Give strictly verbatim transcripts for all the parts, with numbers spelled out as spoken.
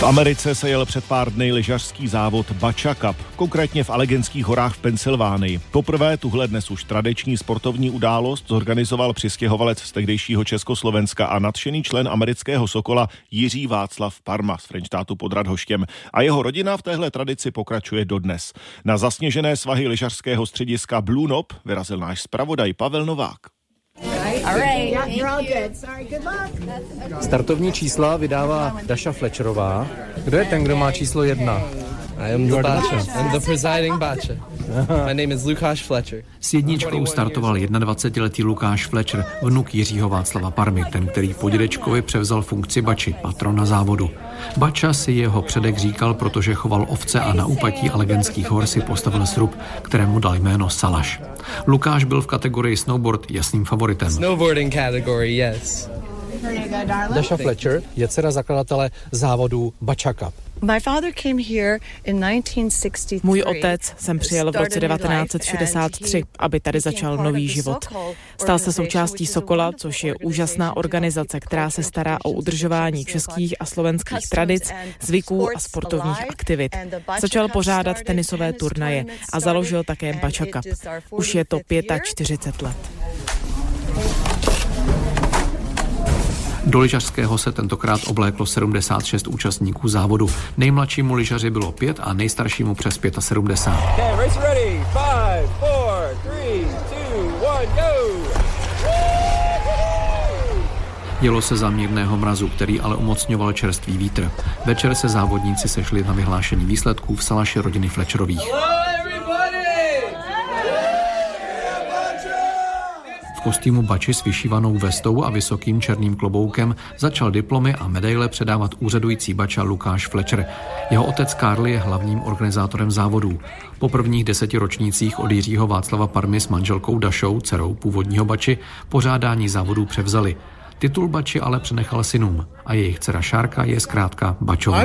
V Americe se jel před pár dny lyžařský závod Bacha Cup, konkrétně v Alleghanyských horách v Pensylvánii. Poprvé tuhle dnes už tradiční sportovní událost zorganizoval přistěhovalec z tehdejšího Československa a nadšený člen amerického Sokola Jiří Václav Parma z Frenštátu pod Radhoštěm. A jeho rodina v téhle tradici pokračuje dodnes. Na zasněžené svahy lyžařského střediska Blue Knob vyrazil náš zpravodaj Pavel Novák. Startovní čísla vydává Dasha Fletcherová. Kdo je ten, kdo má číslo jedna? I am the Bacha. I'm the presiding Bacha. My name is Lukáš Fletcher. S jedničkou startoval dvacetijednoletý Lukáš Fletcher, vnuk Jiřího Václava Parmy, ten, který po dědečkovi převzal funkci Bachy, patrona závodu. Bacha si jeho předek říkal, protože choval ovce a na úpatí Alleghanských hor si postavil srub, kterému dal jméno Salaš. Lukáš byl v kategorii snowboard jasným favoritem. Snowboarding category, yes. Dasha Fletcher je dcera zakladatele závodu Bacha Cup. Můj otec sem přijel v roce devatenáct set šedesát tři, aby tady začal nový život. Stal se součástí Sokola, což je úžasná organizace, která se stará o udržování českých a slovenských tradic, zvyků a sportovních aktivit. Začal pořádat tenisové turnaje a založil také Bacha Cup. Už je to čtyřicet pět let. Do lyžařského se tentokrát obléklo sedmdesát šest účastníků závodu. Nejmladšímu lyžaři bylo pět a nejstaršímu přes sedmdesát pět. Okay, race ready. Five, four, three, two, one, go! Jelo se za mírného mrazu, který ale umocňoval čerstvý vítr. Večer se závodníci sešli na vyhlášení výsledků v Salaši rodiny Fletcherových. V kostýmu Bachy s vyšívanou vestou a vysokým černým kloboukem začal diplomy a medaile předávat úřadující Bacha Lukáš Fletcher. Jeho otec Karl je hlavním organizátorem závodů. Po prvních deseti ročnících od Jiřího Václava Parmy s manželkou Dashou, dcerou původního Bachy, pořádání závodů převzali. Titul Bachy ale přenechal synům a jejich dcera Šárka je zkrátka Bachová.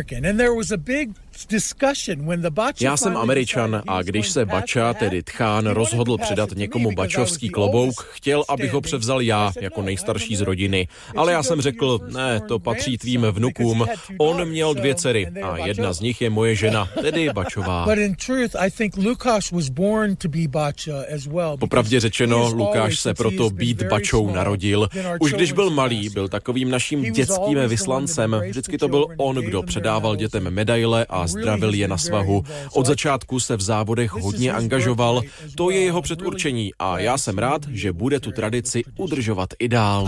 Já jsem Američan a když se Bacha, tedy tchán, rozhodl předat někomu bačovský klobouk, chtěl, abych ho převzal já jako nejstarší z rodiny. Ale já jsem řekl, ne, to patří tvým vnukům. On měl dvě dcery a jedna z nich je moje žena, tedy Bachová. Popravdě řečeno, Lukáš se proto být Bachou narodil. Už když byl malý, byl takovým naším dětským vyslancem. Vždycky to byl on, kdo předával dětem medaile a zdravil je na svahu. Od začátku se v závodech hodně angažoval. To je jeho předurčení a já jsem rád, že bude tu tradici udržovat i dál.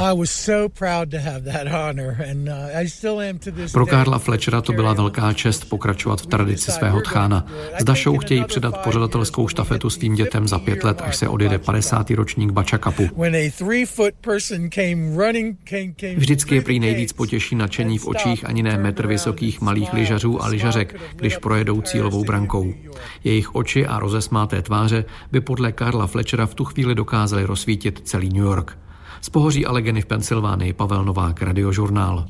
Pro Karla Fletchera to byla velká čest pokračovat v tradici svého tchána. S Dashou chtějí předat pořadatelskou štafetu svým dětem za pět let, až se odjede padesátý ročník Bacha Cupu. Vždycky je prý nejvíc potěší nadšení v očích ani ne metr vysokých malých lyžařů a lyžařek, když projedou cílovou brankou. Jejich oči a rozesmáté tváře by podle Karla Fletchera v tu chvíli dokázaly rozsvítit celý New York. Z pohoří Allegheny v Pensylvánii Pavel Novák, Radiožurnál.